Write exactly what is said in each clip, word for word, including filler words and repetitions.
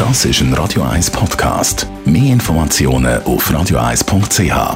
Das ist ein Radio eins Podcast. Mehr Informationen auf radio eins punkt c h.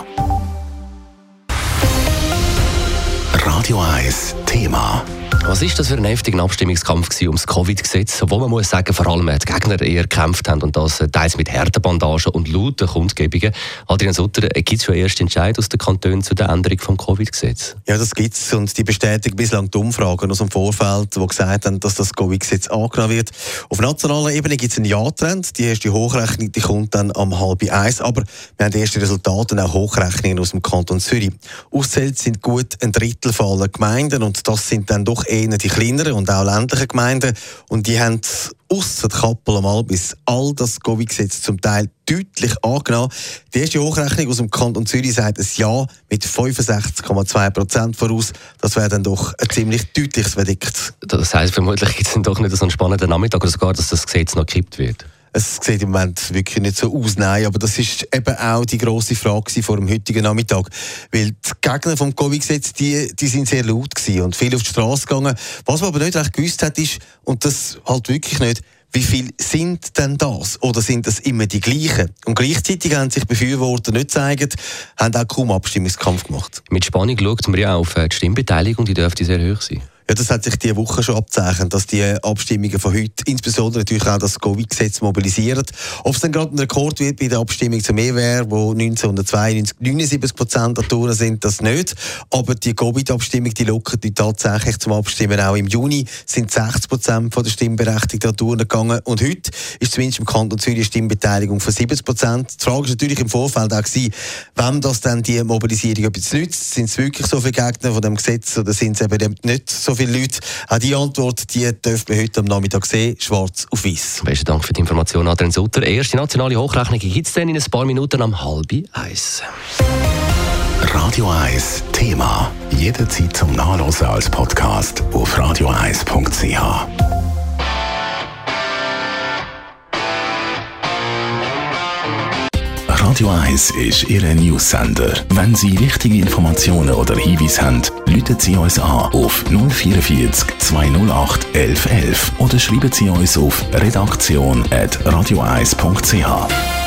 Radio eins Thema. Was ist das für ein heftiger Abstimmungskampf ums Covid-Gesetz, wo man muss sagen, vor allem die Gegner eher gekämpft haben und das teils mit harten Bandagen und lauten Kundgebungen. Adrian Sutter, gibt es schon erste Entscheid aus den Kantonen zu der Änderung des Covid-Gesetzes? Ja, das gibt es und die bestätigen bislang die Umfragen aus dem Vorfeld, die gesagt haben, dass das Covid-Gesetz angenommen wird. Auf nationaler Ebene gibt es einen Ja-Trend. Die erste Hochrechnung die kommt dann am halb eins, aber wir haben die ersten Resultate und auch Hochrechnungen aus dem Kanton Zürich. Auszählt sind gut ein Drittel von allen Gemeinden und das sind dann doch eher die kleineren und auch ländlichen Gemeinden. Und die haben ausser Kappel am Albis all das Covid-Gesetz zum Teil deutlich angenommen. Die erste Hochrechnung aus dem Kanton Zürich sagt ein Ja mit fünfundsechzig Komma zwei Prozent voraus. Das wäre dann doch ein ziemlich deutliches Verdikt. Das heisst, vermutlich gibt es dann doch nicht so einen spannenden Nachmittag oder sogar, dass das Gesetz noch gekippt wird. Es sieht im Moment wirklich nicht so aus, nein, aber das ist eben auch die grosse Frage vor dem heutigen Nachmittag. Weil die Gegner vom Covid-Gesetz, die, die sind sehr laut gewesen und viel auf die Straße gegangen. Was man aber nicht recht gewusst hat, ist, und das halt wirklich nicht, wie viel sind denn das? Oder sind das immer die gleichen? Und gleichzeitig haben sich Befürworter nicht gezeigt, haben auch kaum Abstimmungskampf gemacht. Mit Spannung schaut man ja auf die Stimmbeteiligung, die dürfte sehr hoch sein. Ja, das hat sich diese Woche schon abzeichnet, dass die Abstimmungen von heute insbesondere natürlich auch das Covid-Gesetz mobilisieren. Ob es dann gerade ein Rekord wird bei der Abstimmung zum E W R, wo neunzehnhundertzweiundneunzig neunundsiebzig Prozent der Touren sind, das nicht. Aber die Covid-Abstimmung, die lockert die tatsächlich zum Abstimmen. Auch im Juni sind sechzig Prozent der Stimmberechtigten an Touren gegangen. Und heute ist zumindest im Kanton Zürich eine Stimmbeteiligung von siebzig Prozent. Die Frage war natürlich im Vorfeld auch gewesen, wem das dann die Mobilisierung etwas nützt. Sind es wirklich so viele Gegner von dem Gesetz oder sind es eben nicht so viele Leute? Auch die Antwort, die dürfen wir heute am Nachmittag sehen, schwarz auf weiß. Besten Dank für die Information, Adrian Sutter. Erste nationale Hochrechnung gibt es dann in ein paar Minuten am halb eins. Radio eins Thema. Jederzeit zum Nachlesen als Podcast auf radio eins punkt c h. Radio eins ist Ihr News-Sender. Wenn Sie wichtige Informationen oder Hinweise haben, rufen Sie uns an auf null vierundvierzig zweihundertacht elf elf oder schreiben Sie uns auf redaktion at radio eins punkt c h.